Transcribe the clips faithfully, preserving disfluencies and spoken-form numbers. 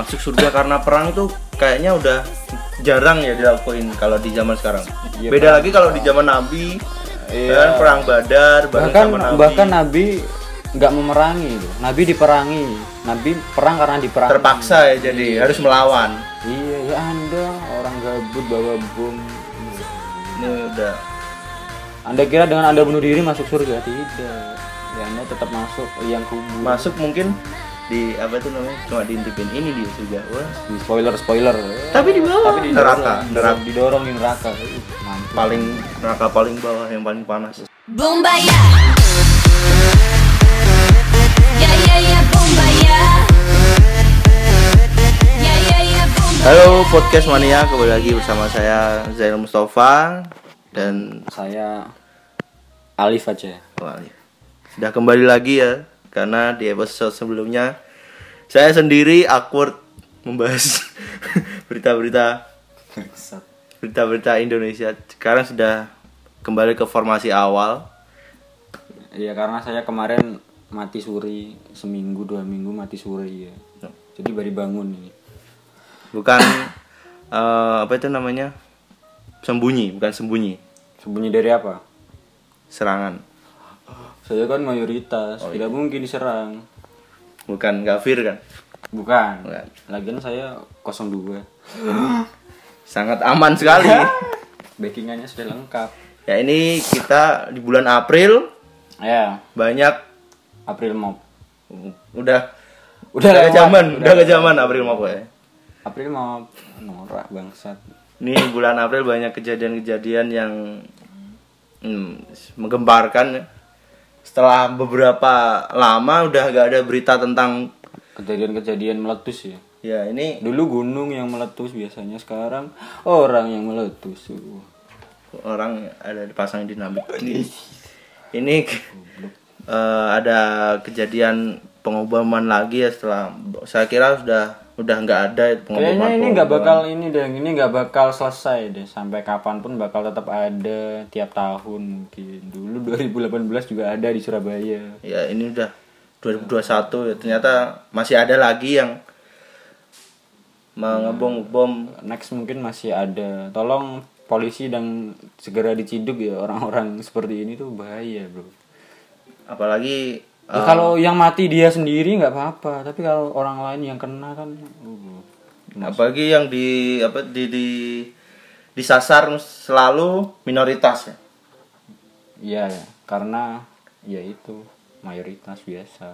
masuk surga karena perang itu kayaknya udah jarang ya dilakuin kalau di zaman sekarang. Ya, beda lagi kalau di zaman Nabi, iya. Kan perang Badar, bahkan sama Nabi. bahkan Nabi nggak memerangi, Nabi diperangi, Nabi perang karena diperangi. Terpaksa ya, jadi iya. harus melawan. Iya, ya Anda orang gabut bawa bom. Ini udah. Anda kira dengan Anda bunuh diri masuk surga? Tidak. Ya Anda tetap masuk yang kubur. Masuk mungkin di apa itu namanya cuma diintipin ini dia juga. Wah, di spoiler spoiler. Tapi di bawah. Tapi di neraka, neraka didorong di neraka. Mantap. Paling neraka paling bawah yang paling panas. Bombaya. Ya ya ya bombaya. Ya ya ya bombaya. Halo podcast mania, kembali lagi bersama saya Zainal Mustafa dan saya Alif aja. Oh, Alif. Sudah kembali lagi ya. Karena di episode sebelumnya saya sendiri awkward membahas berita-berita berita-berita Indonesia. Sekarang sudah kembali ke formasi awal. Iya, karena saya kemarin mati suri seminggu dua minggu mati suri ya. Jadi baru bangun ini. Bukan uh, apa itu namanya? Sembunyi, bukan sembunyi. Sembunyi dari apa? Serangan. Saya kan mayoritas, oh, tidak iya. mungkin diserang. Bukan kafir kan? Bukan. Bukan. Lagian saya nol dua. Sangat aman sekali. Backingannya sudah lengkap. Ya ini kita di bulan April. Ya. Banyak April Mop. Udah udah udah ke zaman, udah, udah ke zaman April Mop ya. April Mop norak bangsat. Ini bulan April banyak kejadian-kejadian yang hmm, menggemparkan. Setelah beberapa lama udah gak ada berita tentang kejadian-kejadian meletus ya. Ya ini dulu gunung yang meletus biasanya, sekarang orang yang meletus. Orang ada dipasang dinamit. Ini, ini uh, ada kejadian pengobaman lagi ya setelah saya kira sudah udah nggak ada pengobaman. Kayaknya ini nggak bakal ini deh, ini nggak bakal selesai deh sampai kapanpun bakal tetap ada tiap tahun mungkin. Dulu dua ribu delapan belas juga ada di Surabaya. Ya ini udah dua ribu dua puluh satu ya, ternyata masih ada lagi yang mengebom bom. Next mungkin masih ada. Tolong polisi dan segera diciduk ya orang-orang seperti ini tuh bahaya bro. Apalagi ya, uh, kalau yang mati dia sendiri nggak apa-apa, tapi kalau orang lain yang kena kan uh, apalagi yang di apa di di disasar selalu minoritas ya. Iya ya, karena ya itu mayoritas biasa.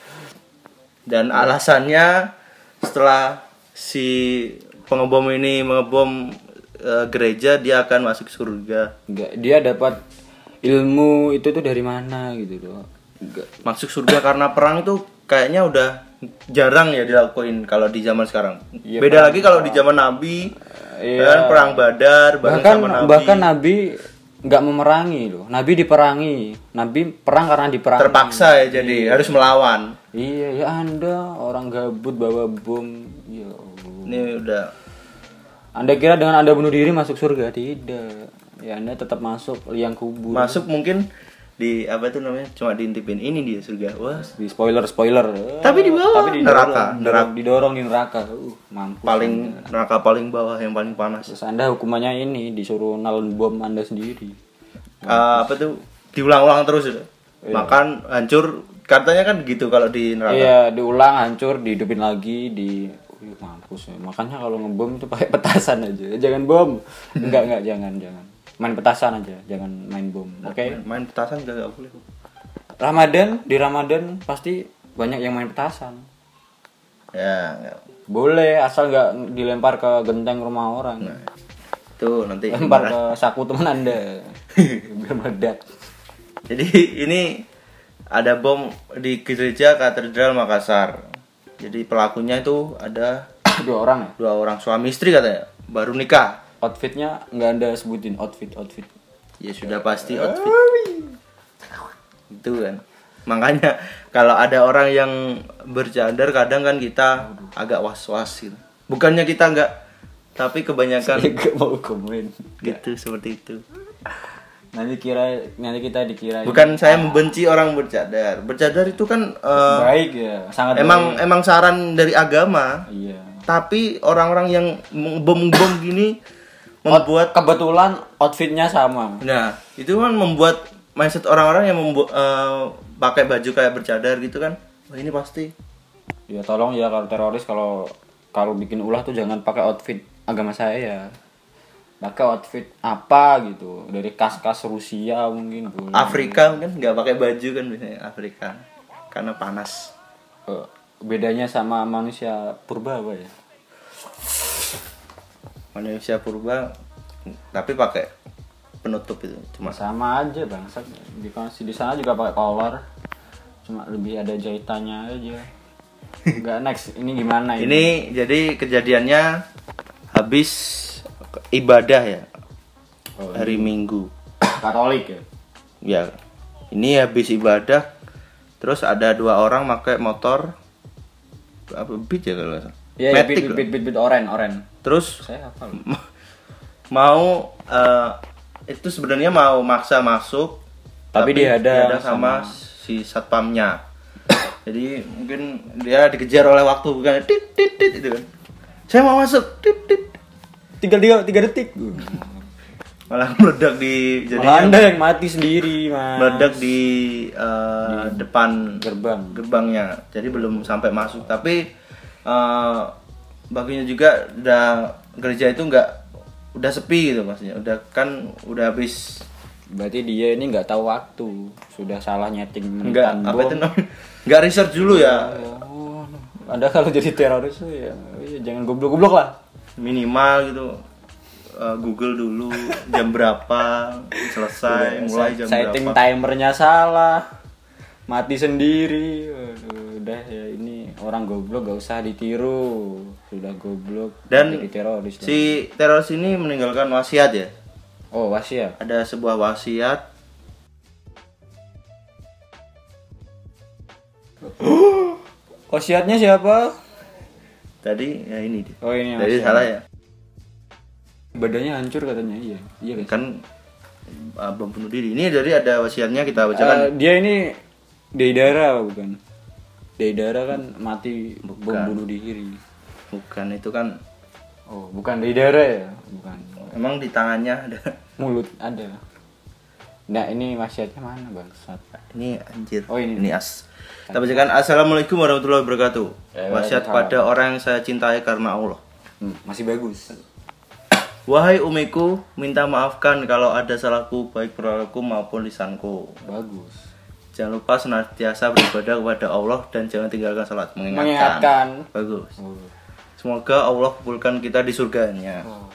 Dan alasannya setelah si pengebom ini mengebom e, gereja dia akan masuk surga. Enggak, dia dapat ilmu itu tuh dari mana gitu loh. Enggak. Masuk surga karena perang itu kayaknya udah jarang ya dilakuin kalau di zaman sekarang. Ya, beda lagi kalau di zaman Nabi, ya. Kan perang Badar, bahkan sama Nabi. bahkan Nabi nggak memerangi loh. Nabi diperangi. Nabi perang karena diperangi. Terpaksa ya, jadi iya. harus melawan. Iya, ya Anda orang gabut bawa bom. Ya Allah. Ini udah. Anda kira dengan Anda bunuh diri masuk surga? Tidak. Ya Anda tetap masuk liang kubur. Masuk mungkin di apa itu namanya cuma diintipin ini dia surga. Wah, di spoiler spoiler. Tapi di bawah. Tapi di neraka, neraka didorong di neraka. Uh, mampus. Paling anda. Neraka paling bawah yang paling panas. Terus Anda hukumannya ini disuruh nalen bom Anda sendiri. Uh, apa tuh diulang-ulang terus itu. Iya. Makan hancur katanya kan gitu kalau di neraka. Iya, diulang hancur, dihidupin lagi, di uh, mampus ya. Makanya kalau ngebom itu pakai petasan aja. Jangan bom. Enggak enggak jangan jangan. Main petasan aja, jangan main bom. Oke. Okay? Main, main petasan juga enggak boleh. Ramadan, di Ramadan pasti banyak yang main petasan. Ya, enggak. Boleh asal enggak dilempar ke genteng rumah orang. Nah, itu nanti lempar ke saku teman Anda. Biar meledak. Jadi ini ada bom di gereja Katedral Makassar. Jadi pelakunya itu ada dua orang ya? Dua orang suami istri katanya, baru nikah. Outfitnya nggak Anda sebutin outfit outfit. Ya sudah pasti outfit. Itu kan. Makanya kalau ada orang yang bercadar kadang kan kita agak was-was gitu. Bukannya kita nggak, tapi kebanyakan saya nggak mau komen. Gitu seperti itu. Nanti kira nanti kita dikira. Bukan saya membenci orang bercadar. Bercadar itu kan uh, baik ya, sangat emang baik. Emang saran dari agama. Iya. tapi orang-orang yang bom-bom gini membuat kebetulan outfitnya sama. nah itu kan membuat mindset orang-orang yang membuat uh, pakai baju kayak bercadar gitu kan, wah ini pasti. Ya tolong ya kalau teroris kalau kalau bikin ulah tuh jangan pakai outfit agama saya ya. Pakai outfit apa gitu dari kas-kas Rusia mungkin boleh. Afrika mungkin nggak pakai baju kan biasanya Afrika karena panas. Eh, bedanya sama manusia purba apa ya? Manusia purba tapi pakai penutup itu cuma Sama aja bangsat. Di di sana juga pakai collar. Cuma lebih ada jahitannya aja. Enggak next. Ini gimana ini? ini jadi kejadiannya habis ibadah ya Oh, hari Minggu Katolik ya. ya ini habis ibadah terus ada dua orang pakai motor apa Beat ya kalau nggak salah. Iya, ya, Matic bit loh. bit bit bit oren oren. Terus Saya hafal. mau eh, itu sebenarnya mau maksa masuk Tapi dihadang dihadang sama, sama- si satpamnya. Jadi mungkin dia dikejar oleh waktu bukan tit tit tit itu kan. Saya mau masuk tit tit Tinggal tiga tiga detik. malah meledak di jadi Malah Anda yang mati sendiri, Mas. meledak di, eh, depan Gerbang. gerbangnya. Jadi belum sampai masuk tapi eh, baginya juga udah gereja itu nggak udah sepi gitu maksudnya. Udah kan udah habis Berarti dia ini nggak tahu waktu, sudah salah nyeting enggak menitan apa bom. itu namanya? Enggak research dulu ya. Oh, Anda kalau jadi teroris tuh ya, ya jangan goblok-goblok lah. Minimal gitu. eh, Google dulu jam berapa selesai, mulai jam Setting berapa. timernya salah, mati sendiri. Waduh, udah ya ini orang goblok gak usah ditiru, sudah goblok Dan jadi teroris. lah. si teroris ini meninggalkan wasiat ya. Oh wasiat. Ada sebuah wasiat. Wasiatnya siapa? Tadi ya ini. Oh ini. Jadi wasiat. salah ya. Badannya hancur katanya, iya. Iya guys. Kan uh, bom bunuh diri. Ini jadi ada wasiatnya kita bacakan. Eh, dia ini Deidara bukan? Deidara kan mati bom Bukan. bunuh diri. Bukan itu kan Oh, bukan Deidara ya? Bukan. emang di tangannya ada. Mulut ada. Nah, ini wasiatnya mana, Bangsat? Ini anjir. Oh, ini. Ini as. Kita bacakan Assalamualaikum warahmatullahi wabarakatuh. Ya, Wasiat waalaikumsalam. pada orang yang saya cintai karena Allah. Hmm, masih bagus. Wahai umiku, minta maafkan kalau ada salahku baik perilaku maupun lisanku. Bagus. Jangan lupa senantiasa beribadah kepada Allah dan jangan tinggalkan salat. Mengingatkan. Mengingatkan. Bagus. Oh. Semoga Allah kabulkan kita di surganya. Oh.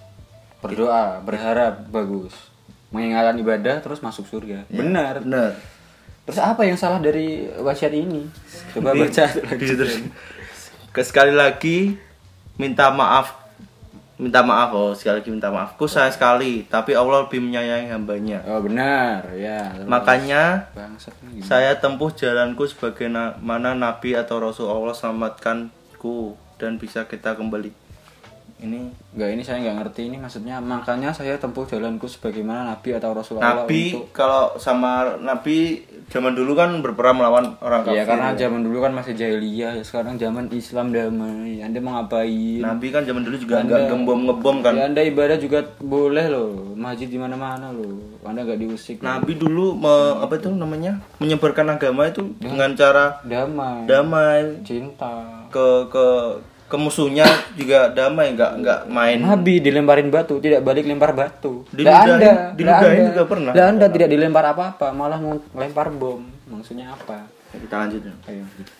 Berdoa, berharap, bagus. Mengingatkan ibadah terus masuk surga. Ya, Benar. Benar. Terus apa yang salah dari wasiat ini? Coba Ini- baca di situ. Ke- Sekali lagi minta maaf. Minta maaf oh, sekali lagi minta maaf. Ku sayang sekali, tapi Allah lebih menyayangi hambanya. Oh, benar. Ya. terus. Makanya Bangsat ini. saya tempuh jalanku sebagai na- mana nabi atau rasul Allah selamatkanku dan bisa kita kembali. Ini Enggak, ini saya nggak ngerti ini maksudnya. Makanya saya tempuh jalanku sebagaimana nabi atau rasul Allah nabi untuk. kalau sama nabi zaman dulu kan berperang melawan orang kafir. Ya karena zaman dulu kan masih jahiliyah, ya sekarang zaman Islam damai. Anda mau ngapain? Nabi kan zaman dulu juga Anda- enggak gembom ngebom kan. Ya Anda ibadah juga boleh loh, masjid di mana-mana loh. Anda nggak diusik. loh. Nabi dulu me- apa itu namanya? menyebarkan agama itu dengan cara Damai, damai cinta. ke ke ke musuhnya juga damai, enggak enggak main. Nabi dilemparin batu, tidak balik lempar batu. Diludahin- Lah Anda, diludahin lah Anda- juga pernah. lah Anda tidak dilempar apa-apa, malah mau lempar bom. Maksudnya apa? Kita lanjut. Ayo.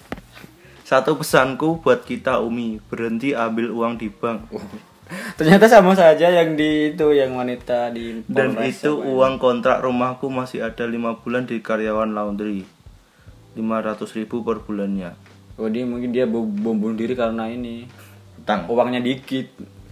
Satu pesanku buat kita Umi, berhenti ambil uang di bank. Ternyata sama saja yang di itu yang wanita di Dan Polres itu apa ya? uang kontrak rumahku masih ada lima bulan di karyawan laundry. lima ratus ribu per bulannya. Oh dia mungkin dia bom bom bunuh diri karena ini Utang. uangnya dikit.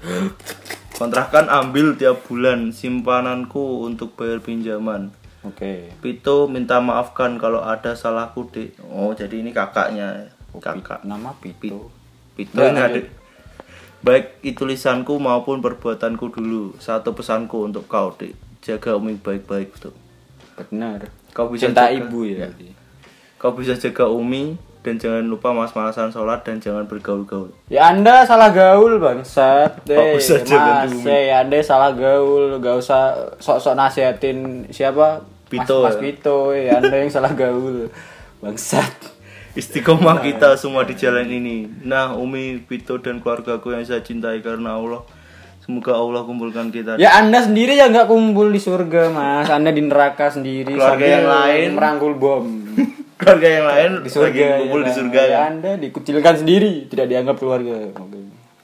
Kontrakan ambil tiap bulan, simpananku untuk bayar pinjaman. Oke. Pito minta maafkan kalau ada salahku dek. Oh jadi ini kakaknya. Kakak. Nama Pito. Pito Ya, ini lanjut. adik. Baik itu lisanku maupun perbuatanku dulu. Satu pesanku untuk kau dek, jaga Umi baik-baik tuh. Benar. Kau bisa Cinta jaga- ibu ya. Ya. Kau bisa jaga Umi dan jangan lupa mas-malasan sholat dan jangan bergaul-gaul. Ya Anda salah gaul bangsat. Oh, Eh, usah jangan Mas, dulu. eh, Anda salah gaul, gak usah sok-sok nasihatin siapa? Pito, Mas, Mas ya? Pito, ya Anda yang salah gaul. Bangsat. Istiqomah kita semua di jalan ini. Nah, Umi, Pito dan keluargaku yang saya cintai karena Allah. Semoga Allah kumpulkan kita. Ya Anda sendiri ya nggak kumpul di surga, Mas. Anda di neraka sendiri. Keluarga sambil yang lain. merangkul bom. Keluarga yang lain Di surga. lagi kumpul ya di kan? surga Ya, ya. Anda dikucilkan sendiri, tidak dianggap keluarga. Oke.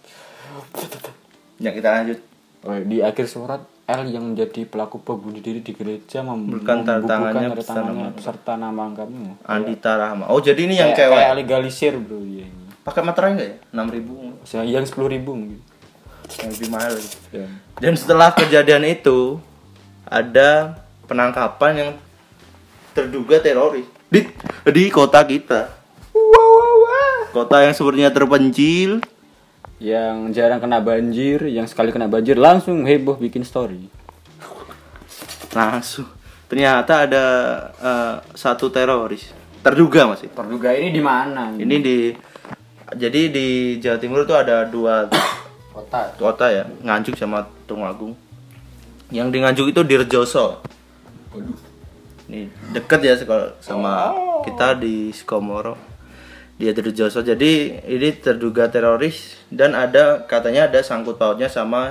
Ya kita lanjut. Oh, di akhir surat L yang menjadi pelaku bom bunuh diri di gereja mem- Bukan tanda membubuhkan tangannya tanda beserta tangannya nama. beserta nama lengkapnya. Andita Rahma. Oh, jadi ini yang Kayak- cewek. Kayak legalisir, Bro, ya ini. Pakai materai enggak ya? enam ribu. Yang sepuluh ribu mungkin. Yang lebih mahal lagi. Ya. Dan setelah kejadian itu ada penangkapan yang terduga teroris di di kota kita. Kota yang sepertinya terpencil. Yang jarang kena banjir, yang sekali kena banjir langsung heboh bikin story. Langsung ternyata ada eh, satu teroris terduga masih. Terduga ini di mana? Ini di jadi di Jawa Timur tuh ada dua kota. kota ya, Nganjuk sama Tulungagung. Yang di Nganjuk itu di Rejoso. Ini deket ya sekolah sama kita di Sukomoro. Dia di Rejoso. Jadi ini terduga teroris dan ada katanya ada sangkut pautnya sama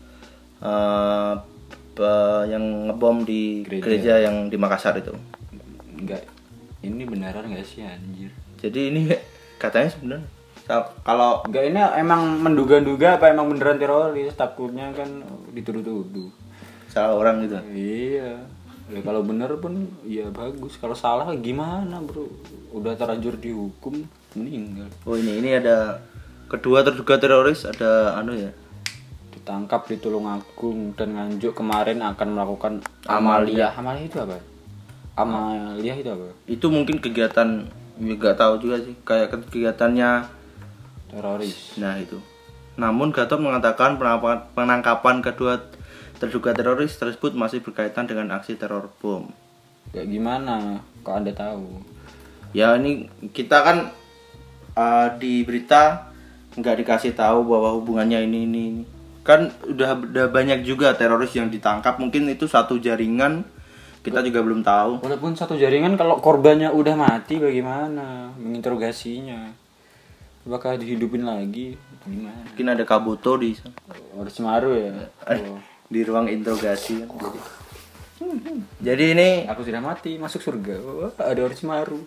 eh, pe- yang ngebom di Gereja. gereja. yang di Makassar itu. Enggak. Ini beneran gak sih anjir? Jadi ini katanya sebenarnya sa- kalau Enggak, ini emang menduga-duga apa emang beneran teroris? Takutnya kan dituduh-tuduh. salah orang gitu. Iya. Ya kalau bener pun ya bagus. Kalau salah gimana, Bro? Udah terlanjur dihukum, meninggal. Oh ini ini ada kedua terduga teroris ada anu ya. Ditangkap di Tulungagung dan Nganjuk kemarin akan melakukan Amalia. Amalia. Amalia itu apa? Amalia itu apa? Itu mungkin kegiatan nggak tahu juga sih kayak kegiatannya. Teroris. Nah itu. Namun Gatot mengatakan penangkapan, penangkapan kedua terduga teroris tersebut masih berkaitan dengan aksi teror bom. Kayak gimana? Kok Anda tahu? Ya ini kita kan uh, di berita nggak dikasih tahu bahwa hubungannya ini ini. ini. Kan udah udah banyak juga teroris yang ditangkap. Mungkin itu satu jaringan kita juga belum tahu. Walaupun satu jaringan, kalau korbannya udah mati bagaimana menginterogasinya? Apakah dihidupin lagi? Gimana? Mungkin ada Kabuto di Orang Semeru ya? Oh. di ruang interogasi. Jadi, jadi ini Aku sudah mati, masuk surga. Wah, ada orang Semeru.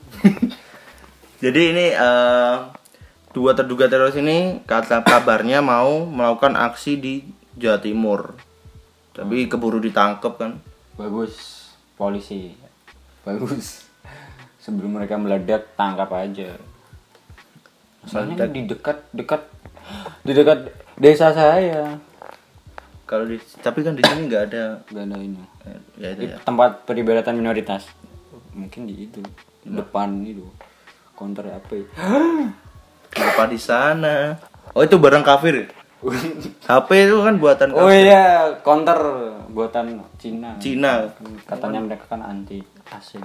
jadi ini eh, dua terduga teroris ini kata kabarnya mau melakukan aksi di Jawa Timur. Tapi keburu ditangkap kan. Bagus, polisi. Bagus. Sebelum mereka meledak, tangkap aja. Masalahnya Meledak. di dekat dekat di dekat desa saya. Kalau di tapi kan di sini nggak ada Gak ada ini. eh, ya itu Di ya. tempat peribadatan minoritas. Mungkin di itu, di depan itu. Counter apa ya? Apa di sana? Oh itu barang kafir. ya? H P itu kan buatan Oh kafir. iya, counter buatan Cina. Cina. Katanya mereka kan anti asing.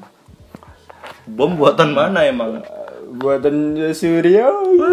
Bom buatan mana emang? Buatan Surya.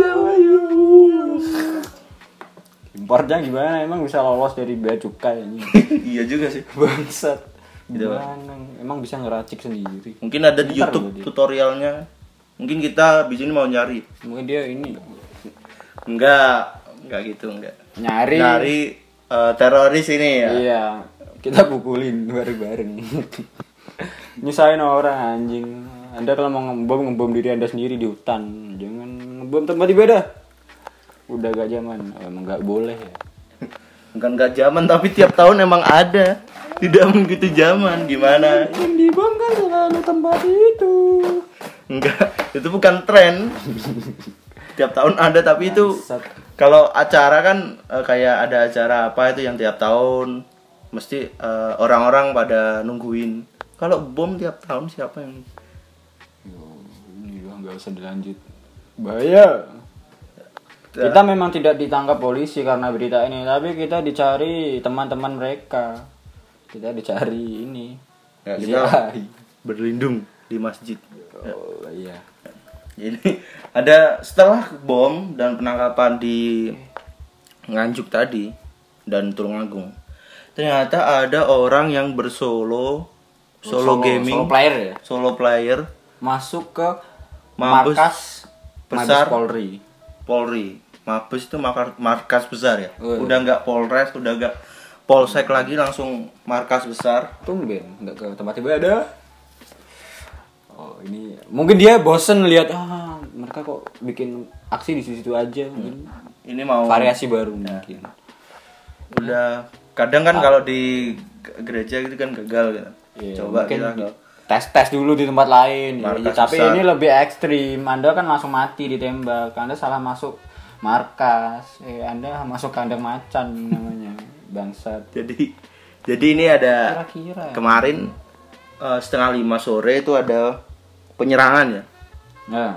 Importnya gimana? Emang bisa lolos dari bea cukai ini? Iya juga sih. Bangsat. Gitu, Gimana? Emang bisa ngeracik sendiri? Mungkin ada di Pintar YouTube loh dia. tutorialnya. Mungkin kita di sini mau nyari. Mungkin dia ini Enggak, enggak gitu, enggak. nyari. Nyari eh, teroris ini ya. Iya, kita pukulin bareng-bareng. Nyusahin orang anjing. Anda kalau mau ngebom, ngebom diri Anda sendiri di hutan. Jangan ngebom tempat ibadah. Udah gak zaman, emang gak boleh ya. Bukan enggak zaman tapi tiap tahun emang ada. Tidak begitu zaman, gimana? Yang dibom kan selalu tempat itu. Enggak, itu bukan tren. Tiap tahun ada tapi itu Bangsat. kalau acara kan eh, kayak ada acara apa itu yang tiap tahun mesti eh, orang-orang pada nungguin. Kalau bom tiap tahun siapa yang Yo, ini juga nggak usah dilanjut. Bahaya. Kita memang tidak ditangkap polisi karena berita ini, tapi kita dicari teman-teman mereka. Kita dicari ini. Ya, D kita I. berlindung di masjid. Oh iya. Jadi ada setelah bom dan penangkapan di Nganjuk tadi dan Tulungagung, ternyata ada orang yang bersolo solo, gaming, solo player ya, solo player masuk ke Mabes markas besar Mabes Polri. Polri. Mabes itu markas, markas besar ya. Oh, iya. Udah nggak Polres, udah nggak Polsek lagi, langsung markas besar. Tumben nggak ke tempat ibadah. Oh ini mungkin dia bosen lihat ah mereka kok bikin aksi di situ aja, mungkin Ini mau variasi baru mungkin. udah kadang kan kalau di gereja gitu kan gagal gitu. Iya, Coba mungkin kita di- ke tes-tes dulu di tempat lain. Ya, Markas tapi besar. ini lebih ekstrim. Anda kan langsung mati ditembak. Anda salah masuk markas. Eh, Anda masuk kandang macan namanya. Bangsat. jadi jadi ini ada Kira-kira. kemarin eh, setengah lima sore itu ada penyerangan ya. Nah,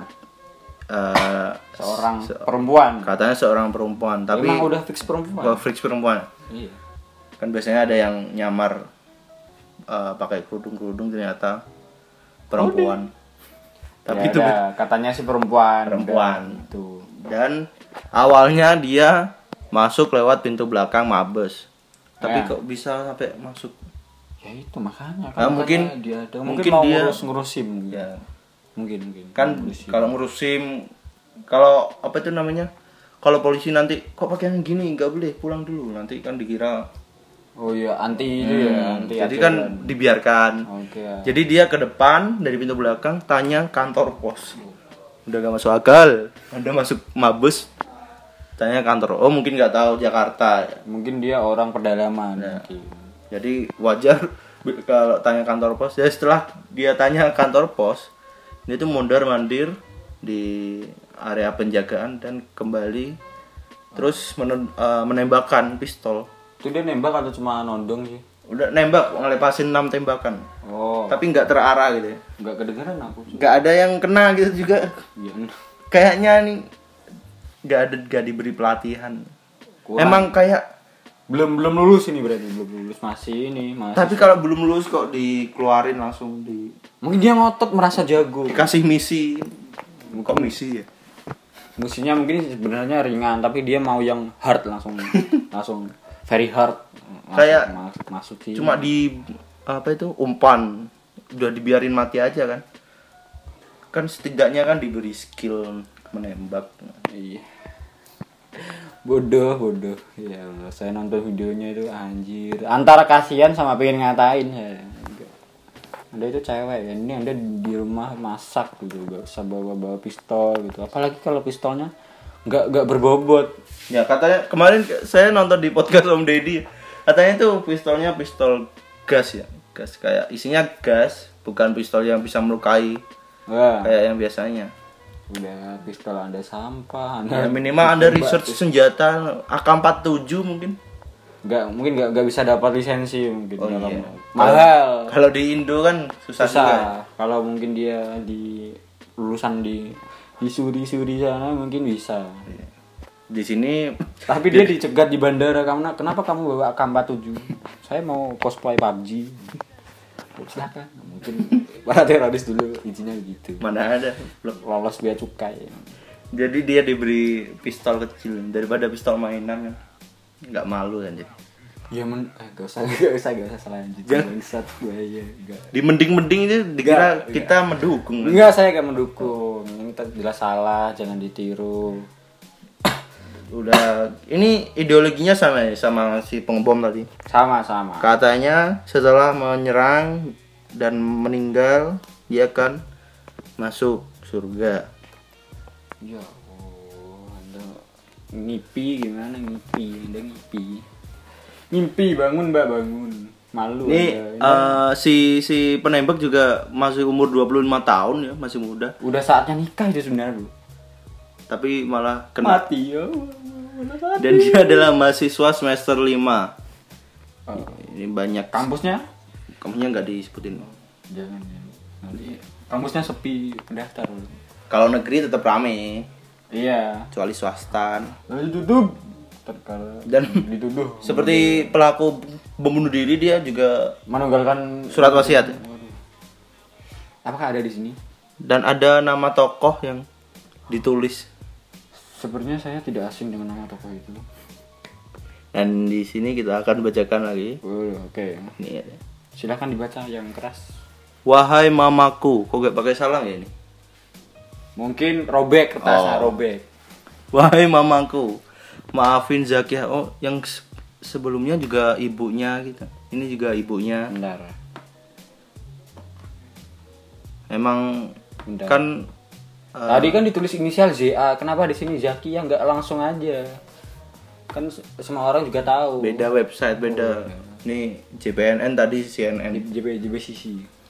Eh, seorang se- perempuan. katanya seorang perempuan, tapi Emang udah fix perempuan. oh, freaks perempuan. Iya. Kan biasanya ada yang nyamar eh, pakai kerudung-kerudung, ternyata perempuan. Tapi Ya itu ada, katanya si perempuan. Perempuan. Tuh. dan awalnya dia masuk lewat pintu belakang Mabes. Tapi Ya. kok bisa sampai masuk? Ya itu makanya. Nah, Kan mungkin- makanya dia ada. Mungkin, mungkin mau dia- ngurus ngurus SIM. Ya, Mungkin mungkin. kan Ngurus SIM. kalau ngurus SIM, kalau apa itu namanya? Kalau polisi nanti kok pakai yang gini, nggak boleh, pulang dulu. Nanti kan dikira. Oh iya anti itu ya, Hmm, anti jadi ajaran. kan dibiarkan. Oke. ya. Jadi dia ke depan dari pintu belakang tanya kantor pos. Udah gak masuk akal. Anda masuk Mabes tanya kantor. Oh mungkin nggak tahu Jakarta. Mungkin dia orang pedalaman Nah. mungkin. Jadi wajar kalau tanya kantor pos. Ya setelah dia tanya kantor pos, dia tuh mondar mandir di area penjagaan dan kembali terus men- eh, menembakkan pistol. Itu dia nembak atau cuma nondong sih? Udah nembak, ngelepasin enam tembakan. Oh. Tapi nggak terarah gitu ya. Nggak kedengeran aku. Nggak ada yang kena gitu juga. Iya. Kayaknya nih nggak ada nggak diberi pelatihan. Kurang. Emang kayak belum belum lulus ini berarti belum lulus masih ini masih. tapi kalau belum lulus kok dikeluarin langsung di Mungkin dia ngotot merasa jago. dikasih misi. Kok misi ya? Musinya mungkin sebenarnya ringan tapi dia mau yang hard langsung langsung very hard. Masuk, Kayak masuk, masuk sih. Cuma di apa itu umpan, udah dibiarin mati aja kan? Kan setidaknya kan diberi skill menembak. Iya. Bodoh, bodoh. Ya Allah, saya nonton videonya itu anjir. Antara kasihan sama pengen ngatain ya. Anda itu cewek ya. Ini Anda di rumah masak gitu, gak usah bawa-bawa pistol gitu. Apalagi kalau pistolnya nggak nggak berbobot. Ya katanya kemarin saya nonton di podcast Om Deddy, katanya itu pistolnya pistol gas ya, gas kayak isinya gas, bukan pistol yang bisa melukai Wah, kayak yang biasanya. udah pistol Anda sampah. Ya, Anda minimal Anda research senjata A K empat puluh tujuh mungkin. nggak mungkin nggak nggak bisa dapat lisensi mungkin Oh, kalau iya. mahal. Kalau di Indo kan susah, Susah. juga. Kalau mungkin dia di lulusan di di suri-suri sana mungkin bisa. Di sini Tapi dia dicegat di bandara karena kenapa kamu bawa A K empat puluh tujuh? Saya mau cosplay P U B G. Oh, silakan. Mungkin para teroris dulu izinnya gitu. mana ada. Belum. Lolos bea cukai. Jadi dia diberi pistol kecil daripada pistol mainan kan. Nggak malu kan jadi. Ya men eh, gak usah gak usah gak usah selanjutnya. Jangan. Bangsat bahaya enggak. Di mending-mending itu dikira Nggak, kita mendukung. Enggak, saya gak mendukung. Ini kita jelas salah, jangan ditiru. Udah ini ideologinya sama ya sama si pengebom tadi. Sama-sama. Katanya setelah menyerang dan meninggal dia akan masuk surga. Ya oh, Anda ngipi gimana ngipi? Anda ngipi. Mimpi bangun Mbak bangun. Malu Ini Anda. Ini eh, si si penembak juga masih umur dua puluh lima tahun ya, masih muda. udah saatnya nikah itu sebenarnya, Bu. Tapi malah kena. Mati ya. Dan dia adalah mahasiswa semester lima. Oh, Ini banyak kampusnya? kampusnya nggak disebutin. Jangan ya. Nanti kampusnya sepi pendaftar. Kalau negeri tetap rame, Iya. kecuali swasta. Lalu ditutup. Terkala Dan dituduh seperti pelaku bom bunuh diri dia juga menunggalkan surat wasiat. apakah ada di sini? Dan ada nama tokoh yang ditulis. Sebenarnya saya tidak asing dengan nama tokoh itu. Dan di sini kita akan bacakan lagi. Oh, oke. Okay. Ini ada. Silakan dibaca yang keras. Wahai mamaku, kok gak pakai salam ya ini? Mungkin robek kertasnya, Oh. robek. Wahai mamaku, maafin Zakiah. Oh, yang se- sebelumnya juga ibunya gitu. Ini juga ibunya. Bentar. Emang Bentar. kan eh, Tadi kan ditulis inisial Z A, kenapa di sini Zaki yang nggak langsung aja? Kan se- semua orang juga tahu. beda website, beda. Nih J B N N tadi C N N. J B J B C C.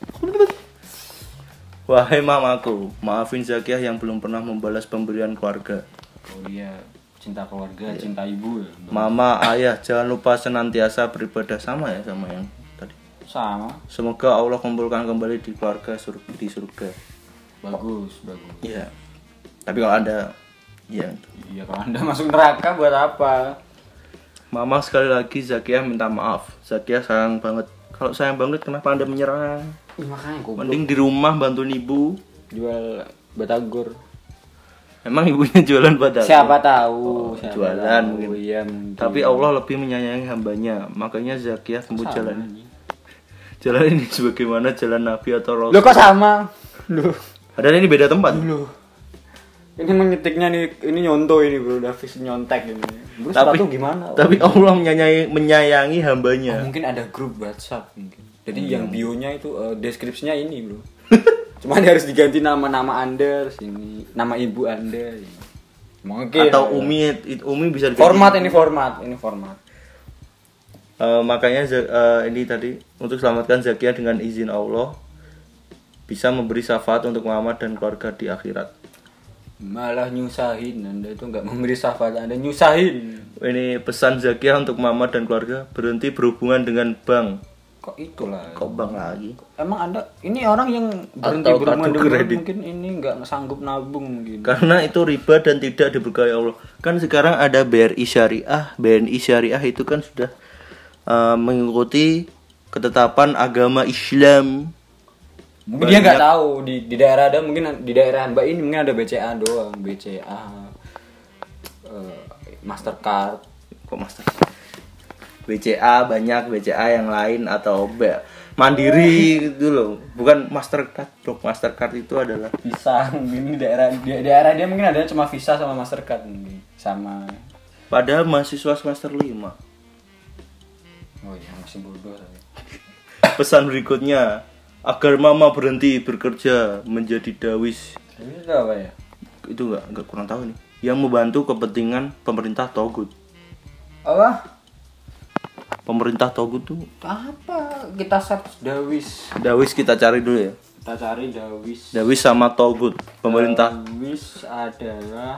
Wahai mamaku, maafin Zakiah yang belum pernah membalas pemberian keluarga. Oh iya, cinta keluarga, cinta ibu. Ya. Mama, ayah, jangan lupa senantiasa beribadah, sama ya sama yang tadi. Sama. Semoga Allah kumpulkan kembali di keluarga sur- di surga. Bagus, bagus. Iya. Tapi kalau Anda ya, Iya, kalau Anda masuk neraka buat apa? Mama, sekali lagi Zakiah minta maaf. Zakiah sayang banget. Kalau sayang banget kenapa Anda menyerang? Ih, makanya goblok. Mending di rumah bantuin ibu. Jual batagor. Emang ibunya jualan batagor? Siapa tahu, Oh, siapa jualan tahu. mungkin. Iya, mungkin. Tapi Allah lebih menyayangi hambanya. Makanya Zakiah tempuh Sama, jalan. anjing. Jalan ini sebagaimana jalan Nabi atau Rasul. Loh kok sama? Loh. Ada ini beda tempat. Loh. Ini mengetiknya nih, ini nyonto ini bro, Davis nyontek ini. Bro, Tapi sepatu gimana? Tapi Allah menyayangi menyayangi hambanya. Oh, mungkin ada grup WhatsApp mungkin. Jadi yang bionya itu eh, deskripsinya ini bro. Cuma harus diganti nama-nama Anda, sini nama ibu Anda. Ya. Mungkin. Atau Umi, it- Umi bisa diganti. Format ini format, ini format. Eh, makanya Za- eh, ini tadi untuk selamatkan Zakiah dengan izin Allah bisa memberi syafaat untuk Muhammad dan keluarga di akhirat. Malah nyusahin, Anda itu nggak memberi syafaat, Anda nyusahin. Ini pesan Zakiah untuk Muhammad dan keluarga, berhenti berhubungan dengan bank. Kok itulah. Kok bank lagi? Emang Anda ini orang yang berhenti Atau berhubungan kartu dengan kredit. mungkin ini nggak sanggup nabung mungkin. Karena itu riba dan tidak diberkahi Allah. Kan sekarang ada B R I Syariah, B N I Syariah itu kan sudah eh, mengikuti ketetapan agama Islam. Mungkin dia nggak tahu di di daerah ada mungkin di daerah Mbak ini mungkin ada B C A doang, B C A, eh, Mastercard. Kok master? B C A banyak, B C A yang lain atau B Mandiri gitu loh. Bukan Mastercard, dok. Mastercard itu adalah Bisa mungkin di daerah di daerah dia mungkin ada cuma Visa sama Mastercard mungkin sama. padahal mahasiswa semester lima. Oh iya masih bodoh saya. Pesan berikutnya, agar mama berhenti bekerja menjadi dawis. Itu apa ya? Itu enggak enggak kurang tahu nih. Yang membantu kepentingan pemerintah Togut. Apa? Pemerintah Togut tuh Apa? Kita search Dawis. Dawis, kita cari dulu ya. Kita cari Dawis. Dawis sama Togut, pemerintah. Dawis adalah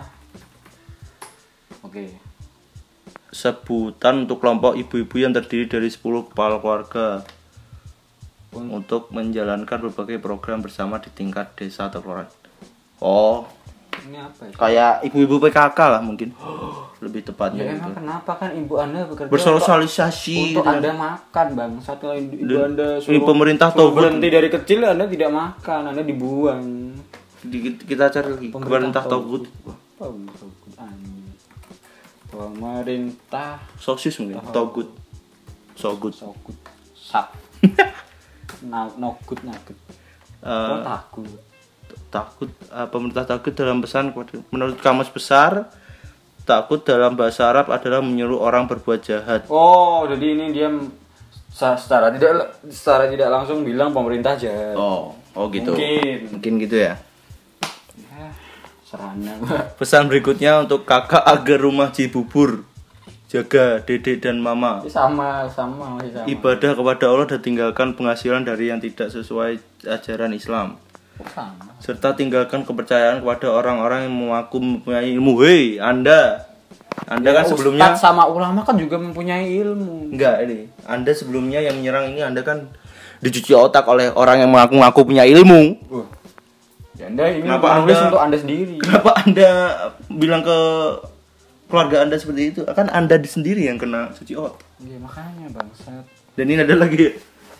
Oke. Sebutan untuk kelompok ibu-ibu yang terdiri dari sepuluh kepala keluarga untuk menjalankan berbagai program bersama di tingkat desa atau kelurahan. Oh, Ini apa ya? kayak ibu-ibu P K K lah mungkin. Lebih Ya tepatnya emang gitu. kenapa kan ibu Anda bekerja Bersosialisasi untuk, untuk dengan- Anda makan bang. Satu lagi ibu Dan- Anda ini suruh, pemerintah suruh Togut. berhenti dari kecil Anda tidak makan, Anda dibuang. Di- kita cari lagi pemerintah Togut. Apa Togut anjing? Pemerintah Sosis mungkin. Togut. Sogut. Togut. Sak. Na nogut nagut. Eh, Oh takut. takut eh, pemerintah takut dalam pesan kepada- menurut kamus besar, takut dalam bahasa Arab adalah menyuruh orang berbuat jahat. Oh, jadi ini dia sa- secara tidak secara tidak langsung bilang pemerintah jahat. Oh, oh gitu. Mungkin. Mungkin gitu ya. Ya, serana. Pesan berikutnya untuk kakak agar rumah Cibubur, jaga dedek dan mama. sama sama masih sama. Ibadah kepada Allah dan tinggalkan penghasilan dari yang tidak sesuai ajaran Islam. Oh, sama. Serta tinggalkan kepercayaan kepada orang-orang yang mengaku mempunyai ilmu. Hei, Anda. Anda kan Ya, sebelumnya Ustadz sama ulama kan juga mempunyai ilmu. enggak ini. Anda sebelumnya yang menyerang ini Anda kan dicuci otak oleh orang yang mengaku-ngaku punya ilmu. Uh. Ya, anda ini Kenapa menulis Anda- untuk Anda sendiri. Kenapa Anda bilang ke keluarga Anda seperti itu? Kan Anda di sendiri yang kena cuci otak. Iya, makanya bangsat. Dan ini ada lagi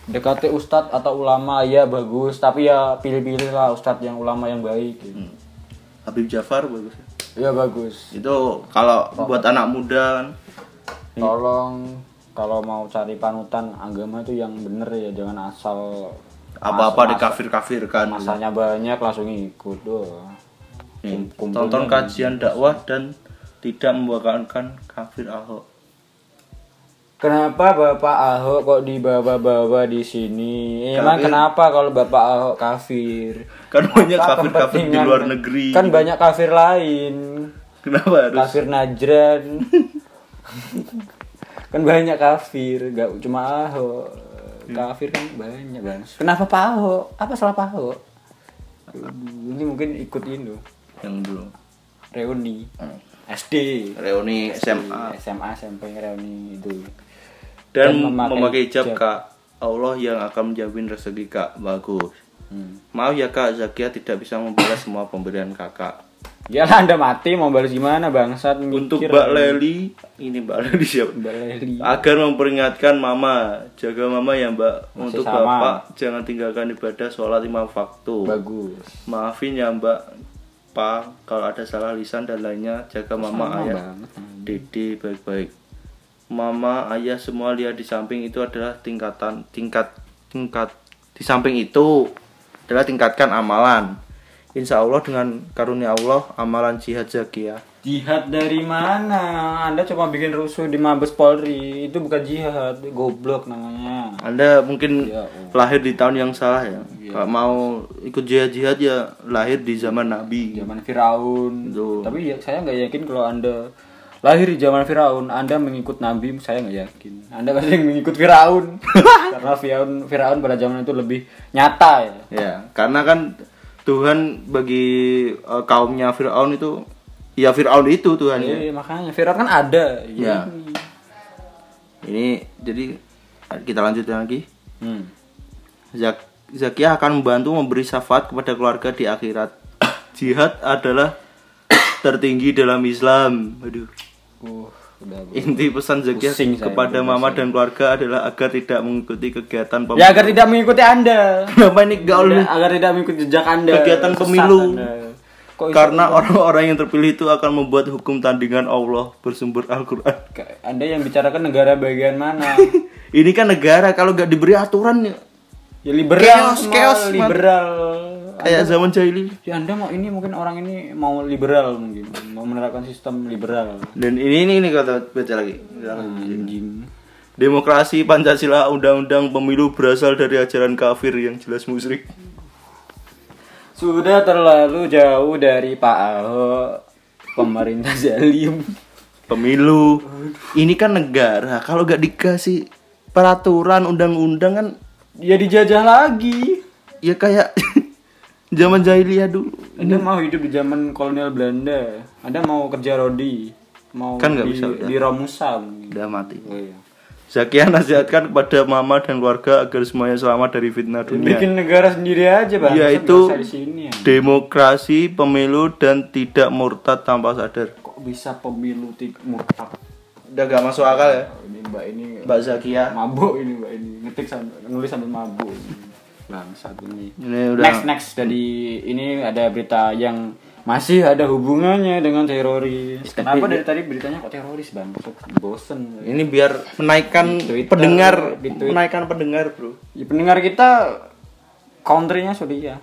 dekati ustadz atau ulama ya bagus, tapi ya pilih-pilih lah ustadz yang ulama yang baik gitu. Hmm. Habib Jafar bagus. Iya bagus. Itu kalau buat anak muda kan. Tolong kalau mau cari panutan agama itu yang bener ya, jangan asal Apa-apa mas- dikafir-kafirkan. masanya banyak langsung ikut doh. Nih, Kumpulnya tonton di- kajian dakwah dan tidak membawakan kafir Ahok. Kenapa Bapak Ahok kok dibawa-bawa di sini? Emang Kafir. kenapa kalau Bapak Ahok kafir? Kan banyak Apa kafir-kafir di kepentingan- luar negeri. Kan banyak kafir lain. Kenapa harus? Kafir Najran. Kan banyak kafir, gak cuma Ahok. Kafir kan banyak bang. Kenapa Pak Ahok? Apa salah Pak Ahok? Ini mungkin ikutin loh. Yang dulu. Reuni Hmm. S D, Reuni S M A S M A, S M P reuni itu. dan, Dan memakai, memakai hijab hijab. Kak. Allah yang akan menjamin rezeki Kak. Bagus. Hmm. Maaf ya Kak, Zakia tidak bisa membalas semua pemberian Kakak. Ya lah Anda mati mau balas gimana bangsat? Untuk Mikir. Mbak Leli, ini Mbak Leli siapa? Mbak Leli. Agar memperingatkan Mama, jaga Mama ya Mbak. Masih Untuk sama. Bapak jangan tinggalkan ibadah sholat lima waktu. Bagus. Maafin ya Mbak, Pak, kalau ada salah lisan dan lainnya, jaga Mama, Sama Ayah, banget. Dede baik-baik. Mama, Ayah semua lihat di samping itu adalah tingkatan tingkat tingkat di samping itu adalah tingkatkan amalan. Insya Allah dengan karunia Allah amalan jihad Zakia. Jihad dari mana? Anda cuma bikin rusuh di Mabes Polri. Itu bukan jihad, goblok namanya. Anda mungkin Ya Allah. lahir di tahun yang salah ya. Iya. Kalau mau ikut jihad-jihad ya lahir di zaman Nabi. Zaman Firaun. Betul. Tapi ya, saya nggak yakin kalau Anda lahir di zaman Firaun, Anda mengikut Nabi, saya nggak yakin. Anda pasti mengikut Firaun. Karena Firaun Firaun pada zaman itu lebih nyata ya. Ya, karena kan Tuhan bagi eh, kaumnya Firaun itu ya Firaun itu Tuhannya. Iya, makanya Firaun kan ada. Ya. Ini jadi kita lanjutkan lagi. Hmm. Zak Zakia akan membantu memberi syafaat kepada keluarga di akhirat. Jihad adalah tertinggi dalam Islam. Aduh. Uh, udah. Inti pesan Zakia Pusing saya kepada dengar Mama saya. dan keluarga adalah agar tidak mengikuti kegiatan pemilu. Ya agar tidak mengikuti Anda. Kenapa ini gaul nih? Agar tidak mengikuti jejak Anda. Kegiatan Sesat pemilu. Anda. Kok bisa- Karena orang-orang yang terpilih itu akan membuat hukum tandingan Allah bersumber Al-Quran. Anda yang bicarakan negara bagian mana? Ini kan negara kalau gak diberi aturan ya Ya liberal, Chaos, semua chaos, liberal. kayak zaman jahili. Ya Anda mau ini mungkin orang ini mau liberal mungkin, mau menerapkan sistem liberal. Dan ini ini ini kata baca lagi. Anjing. Demokrasi, Pancasila, undang-undang pemilu berasal dari ajaran kafir yang jelas musyrik. Sudah terlalu jauh dari Pak Ahok, pemerintah zalim. Pemilu. Ini kan negara, kalau gak dikasih peraturan undang-undang kan Ya dijajah lagi. ya kayak zaman jahiliyah dulu. Anda mau hidup di zaman kolonial Belanda. Anda mau kerja rodi, mau Kan nggak di, bisa, udah. di Romusa mungkin. Udah mati. Oh, iya. Zakia nasihatkan kepada Mama dan keluarga agar semuanya selamat dari fitnah dunia. Bikin negara sendiri aja bang. Ya, Masa itu nggak usah di sini ya? Demokrasi, pemilu dan tidak murtad tanpa sadar. Kok bisa pemilu tik murtad? Udah gak masuk akal ya? Ini mbak ini Mbak Zakia. mabuk ini mbak ini ngetik sambil nulis sambil mabuk. Bangsat ini. Ini udah Next next jadi ini ada berita yang masih ada hubungannya dengan teroris. Kenapa dari tadi beritanya kok teroris bang? Bosen. ini biar menaikkan Twitter, pendengar, di Twitter. menaikkan pendengar, Bro. Ya, pendengar kita countrynya sudah ya.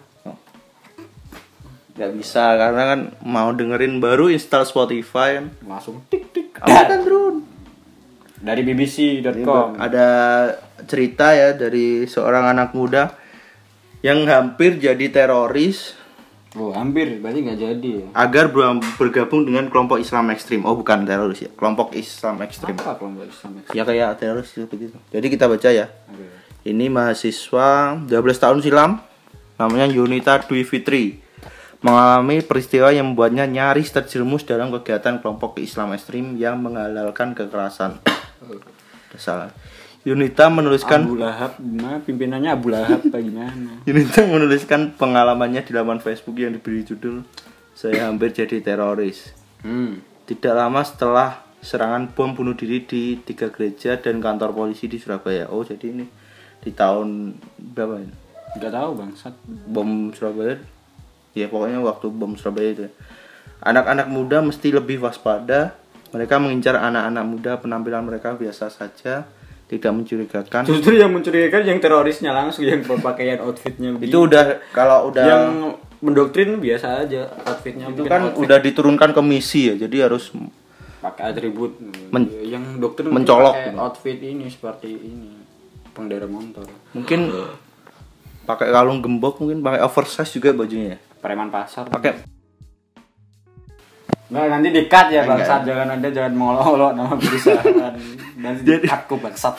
Gak bisa karena kan mau dengerin baru install Spotify kan. Langsung tik tik. Apa kan, Drun? Dari B B C dot com. Ada cerita ya dari seorang anak muda yang hampir jadi teroris Oh hampir, berarti nggak jadi ya. agar ber- bergabung dengan kelompok Islam ekstrim. Oh bukan teroris ya, kelompok Islam ekstrim. Apa kelompok Islam? Ya kayak teroris begitu. Jadi kita baca ya. Oke. Ini mahasiswa dua belas tahun silam, namanya Yunita Dwi Fitri, mengalami peristiwa yang membuatnya nyaris terjerumus dalam kegiatan kelompok Islam ekstrim yang menghalalkan kekerasan. Udah salah. Yunita menuliskan Abu Lahab, gimana pimpinannya Abu Lahab apa gimana? Yunita menuliskan pengalamannya di laman Facebook yang diberi judul "Saya hampir jadi teroris". Hmm. Tidak lama setelah serangan bom bunuh diri di tiga gereja dan kantor polisi di Surabaya. Oh, jadi ini di tahun berapa ini? Enggak tahu bangsat. Bom Surabaya. Ya pokoknya waktu bom Surabaya itu. Anak-anak muda mesti lebih waspada. Mereka mengincar anak-anak muda, penampilan mereka biasa saja, tidak mencurigakan. Justru yang mencurigakan yang terorisnya langsung yang berpakaian outfitnya. Itu udah kalau udah yang mendoktrin biasa aja outfitnya. itu bikin kan outfit. udah diturunkan ke misi ya, jadi harus pakai atribut. Men- yang doktrin mencolok pakai gitu. outfit ini seperti ini pengendara motor. mungkin pakai kalung gembok, mungkin pakai oversize juga bajunya ya. Preman pasar. Pakai Nggak, nanti di-cut ya Enggak. bangsat. Jangan Anda jangan mengolok-olok nama perusahaan. Nanti di-cut kok bangsat.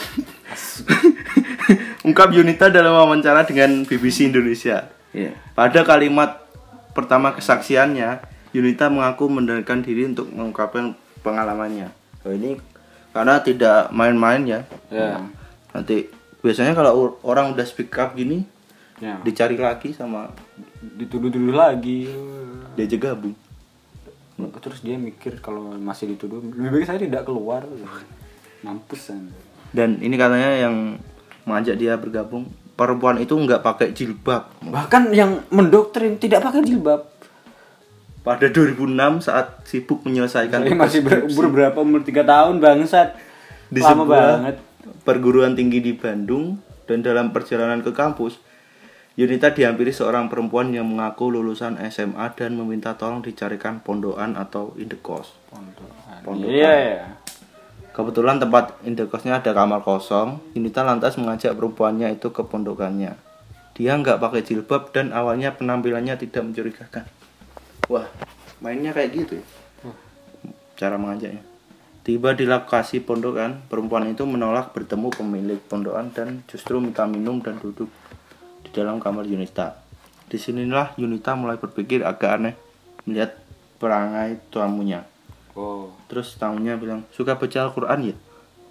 ungkap Yunita dalam wawancara dengan B B C Indonesia. Iya. Pada kalimat pertama kesaksiannya, Yunita mengaku mendirikan diri untuk mengungkapkan pengalamannya. Oh, ini karena tidak main-main ya. Ya. Nanti biasanya kalau u- orang udah speak up gini, Ya. dicari lagi sama Dituduh-tuduh lagi. diajak gabung. Terus dia mikir kalau masih dituduh, lebih baik saya tidak keluar. Mampus Anda. Dan ini katanya yang mengajak dia bergabung, perempuan itu nggak pakai jilbab. Bahkan yang mendoktrin tidak pakai jilbab. Pada dua ribu enam saat sibuk menyelesaikan Saya masih ber- skripsi umur berapa? Umur tiga tahun bangsat. di Lama sebuah banget. perguruan tinggi di Bandung, dan dalam perjalanan ke kampus, Yunita dihampiri seorang perempuan yang mengaku lulusan S M A dan meminta tolong dicarikan pondokan atau indekos. Pondokan. Iya ya. Kebetulan tempat indekosnya ada kamar kosong. Yunita lantas mengajak perempuannya itu ke pondokannya. Dia nggak pakai jilbab dan awalnya penampilannya tidak mencurigakan. Wah, mainnya kayak gitu ya. Cara mengajaknya. Tiba di lokasi pondokan, perempuan itu menolak bertemu pemilik pondokan dan justru minta minum dan duduk di dalam kamar Yunita. Disinilah Yunita mulai berpikir agak aneh melihat perangai tamunya. Oh. Terus tamunya bilang, suka baca Al-Quran ya?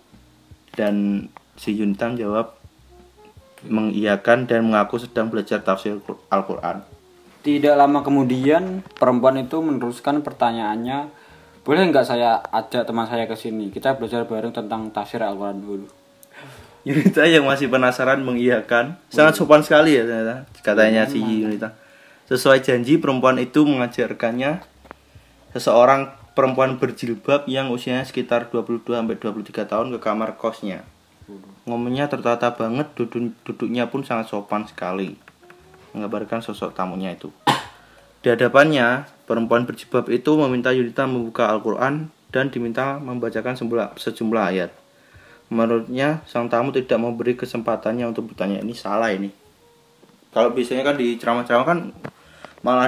Dan si Yunita jawab mengiyakan dan mengaku sedang belajar tafsir Al-Quran. Tidak lama kemudian perempuan itu meneruskan pertanyaannya, boleh nggak saya ajak teman saya ke sini? Kita belajar bareng tentang tafsir Al-Quran dulu. Yunita yang masih penasaran mengiyakan. Sangat sopan sekali ya ternyata, katanya si Yunita. Sesuai janji, perempuan itu mengajarkannya seseorang perempuan berjilbab yang usianya sekitar dua puluh dua sampai dua puluh tiga tahun ke kamar kosnya. Ngomongnya tertata banget, duduk, duduknya pun sangat sopan sekali, mengabarkan sosok tamunya itu. Di hadapannya, perempuan berjilbab itu meminta Yunita membuka Al-Quran dan diminta membacakan sejumlah, sejumlah ayat. Menurutnya, sang tamu tidak memberi kesempatannya untuk bertanya. Ini salah ini. Kalau biasanya kan di ceramah-ceramah kan malah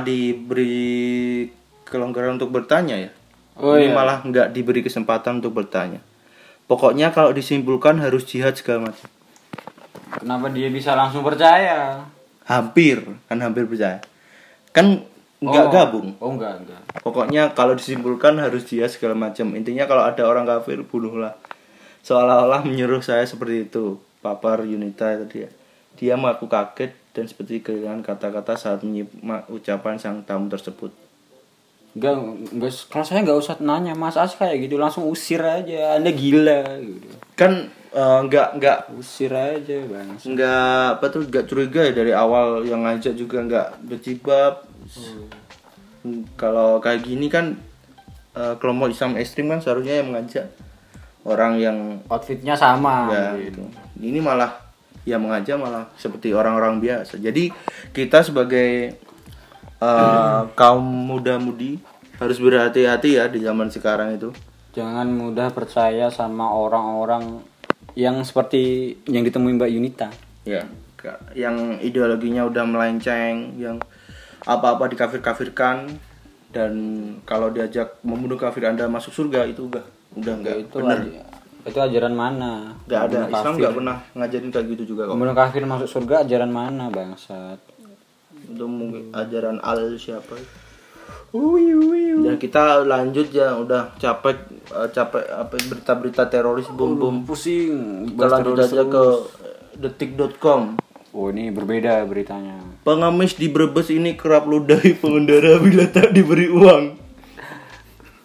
diberi kelonggaran untuk bertanya ya. Oh, ini iya. malah nggak diberi kesempatan untuk bertanya. Pokoknya kalau disimpulkan harus jihad segala macam. Kenapa dia bisa langsung percaya? Hampir, kan hampir percaya. Kan nggak Oh. gabung. Oh enggak, enggak. Pokoknya kalau disimpulkan harus jihad segala macam. Intinya kalau ada orang kafir bunuhlah. Seolah-olah menyuruh saya seperti itu. Papar Yunita tadi ya. Dia mengaku kaget dan seperti kehilangan kata-kata saat menyimak ucapan sang tamu tersebut. Enggak, enggak, kalau saya enggak usah nanya, Mas As kayak gitu, langsung usir aja. Anda gila gitu. Kan eh, nggak nggak Usir aja, Bang. nggak apa tuh nggak curiga ya dari awal, yang ngajak juga nggak berjilbab. Hmm, kalau kayak gini kan eh, kelompok Islam ekstrim kan seharusnya yang mengajak orang yang Outfitnya sama ya, gitu. ini malah yang mengajak malah seperti orang-orang biasa. Jadi kita sebagai uh, kaum muda-mudi harus berhati-hati ya di zaman sekarang itu. Jangan mudah percaya sama orang-orang yang seperti yang ditemui Mbak Yunita. Ya, ka- yang ideologinya udah melenceng, yang apa-apa dikafir-kafirkan, dan kalau diajak membunuh kafir Anda masuk surga itu udah udah enggak Itu benar. aj- itu ajaran mana? Enggak ada, Membunuh Islam kafir. enggak pernah ngajarin kayak gitu juga kok. Membunuh kafir masuk surga ajaran mana, bangsat? Itu mungkin ajaran al siapa? Dan kita lanjut ya, udah capek eh, capek apa berita-berita teroris bom-bom. Pusing. Kita lanjut aja ke detik dot com. Oh, ini berbeda beritanya. Pengemis di Brebes ini kerap ludahi pengendara bila tak diberi uang.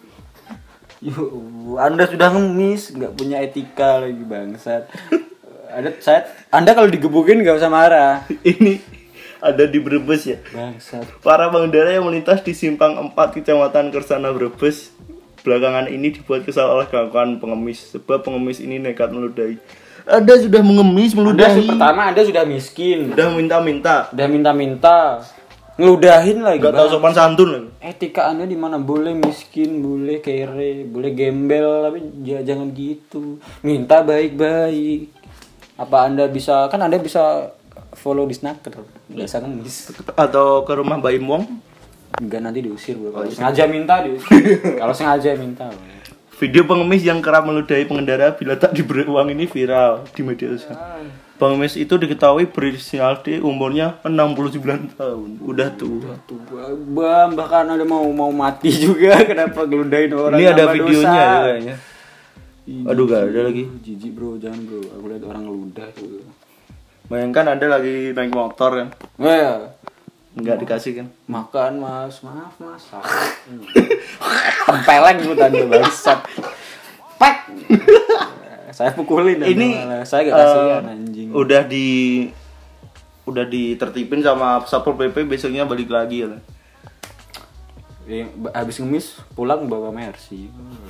Yo, Anda sudah ngemis, nggak punya etika lagi bangsat. Ada saya Anda kalau digebukin enggak usah marah. Ini ada di Brebes ya. Bangsat. Para pengendara yang melintas di simpang empat Kecamatan Kersana Brebes belakangan ini dibuat kesal oleh gangguan pengemis sebab pengemis ini nekat meludahi. Anda sudah mengemis Anda meludahi. pertama Anda sudah miskin. Sudah minta-minta. Udah minta-minta. Ngeludahin lagi. Gak tahu Bang. sopan santun lagi. Etika Anda di mana? Boleh miskin, boleh kere, boleh gembel, tapi j- jangan gitu. Minta baik-baik. Apa Anda bisa, kan Anda bisa follow di Snacker. Biasa ngemis. Atau ke rumah Mbak Imwong. Enggak, nanti diusir bro. Kalau sengaja minta diusir. Kalau sengaja minta. Bro. Video pengemis yang kerap meludahi pengendara bila tak diberi uang ini viral di media sosial. Pengemis itu diketahui berinisial D, umurnya enam puluh sembilan tahun. Udah tua. Tua, bang, bahkan ada mau mau mati juga. Kenapa ngeludahin orang? Ini ada nambah videonya dosa? ya kayaknya. Aduh gak ada lagi. Jijik bro, jangan bro. Aku lihat orang ngeludah tuh. Bayangkan Anda lagi naik motor kan. Well, Enggak dikasih kan. makan mas, maaf mas. Tempeleng gue tadi bangsat. Pak. Saya pukulin. Ini malah. Saya gak eh, kasihan anjing. Udah di udah ditertipin sama Satpol P P, besoknya balik lagi ya. Eh, habis ngemis pulang bawa Mercy.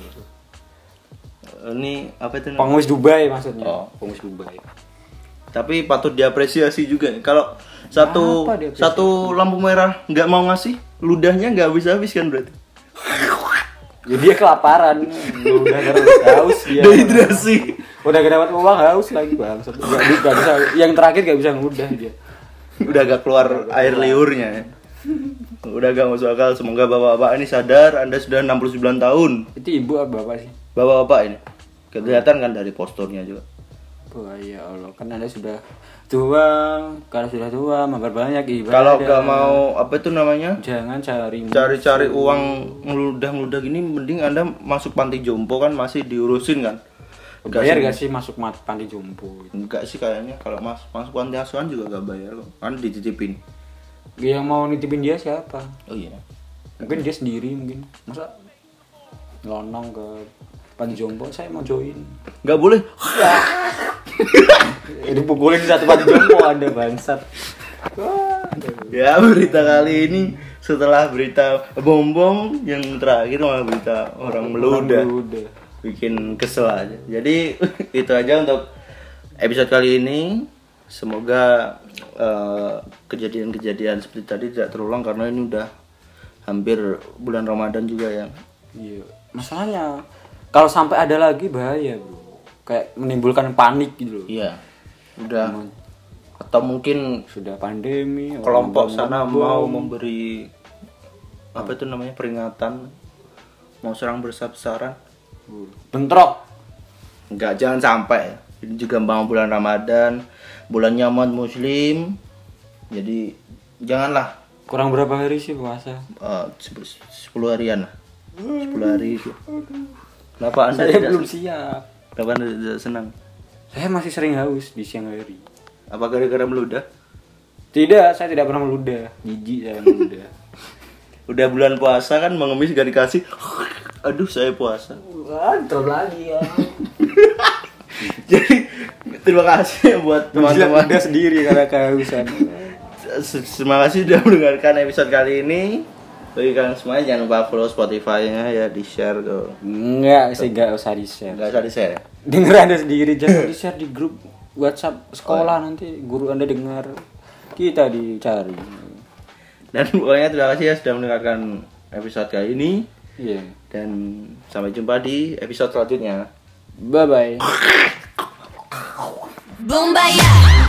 Ini apa itu namanya? Pengemis Dubai maksudnya. Oh. Pengemis Dubai. Tapi patut diapresiasi juga nih. Kalau satu Apa diapresiasi? satu lampu merah nggak mau ngasih, ludahnya nggak habis-habis kan berarti. Ya dia kelaparan, udah haus dia. Dehidrasi. Udah gak dapat uang haus lagi bang. Gak, gak bisa. Yang terakhir gak bisa ngeludah dia. Udah gak keluar air liurnya ya. Udah gak masuk akal. Semoga bapak-bapak ini sadar. Anda sudah enam puluh sembilan tahun. Itu ibu apa bapak sih? Bapak-bapak ini kelihatan kan dari posturnya juga. Wah ya Allah, kan Anda sudah tua, kalau sudah tua mabar banyak ibadah. Kalau gak mau apa itu namanya, jangan cari cari-cari uang ngeludah-ngeludah gini, mending Anda masuk panti jompo kan masih diurusin kan. bayar gak sih masuk mat panti jompo? Enggak sih kayaknya, kalau mas masuk panti asuhan juga gak bayar kok, kan dititipin. Yang mau nitipin dia siapa? Oh iya. Mungkin dia sendiri mungkin. Masa ngelonong ke panti jompo, saya mau join. Nggak boleh. Dipukulin satu panti jompo ada bangsat. Ya berita kali ini setelah berita bom-bom yang terakhir malah berita orang meludah. Meludah. Bikin kesel aja. Jadi itu aja untuk episode kali ini. Semoga eh, kejadian-kejadian seperti tadi tidak terulang karena ini udah hampir bulan Ramadan juga ya. Iya. Masalahnya kalau sampai ada lagi bahaya, Bro. Kayak menimbulkan panik gitu loh. Iya. Udah atau mungkin Sudah pandemi, kelompok orang sana bom. mau memberi apa itu namanya peringatan, mau serang besar-besaran. bentrok. Enggak, jangan sampai. Ini juga mau bulan Ramadan, bulannya umat muslim. Jadi janganlah Kurang berapa hari sih puasa? eh, sepuluh harian lah. sepuluh hari. Kenapa Anda Saya tidak belum siap. Kenapa Anda tidak senang? Saya masih sering haus di siang hari. Apa gara-gara meludah? Tidak, saya tidak pernah meludah. Jijik saya meludah. Udah bulan puasa kan mengemis gak dikasih. Aduh, saya puasa. Wah, terus lagi ya. Jadi terima kasih buat teman-teman. Udah sendiri karena kehausan. Terima kasih sudah mendengarkan episode kali ini. Bagi kalian semuanya jangan lupa follow Spotify-nya ya, di-share ke. Enggak sih, enggak usah di-share. Enggak usah di-share ya. Dengar Anda sendiri, jangan di-share di grup WhatsApp sekolah, nanti guru Anda dengar. Kita dicari. Dan pokoknya terima kasih ya sudah mendengarkan episode kali ini. Iya. Dan sampai jumpa di episode selanjutnya. Bye bye. Boom, baya.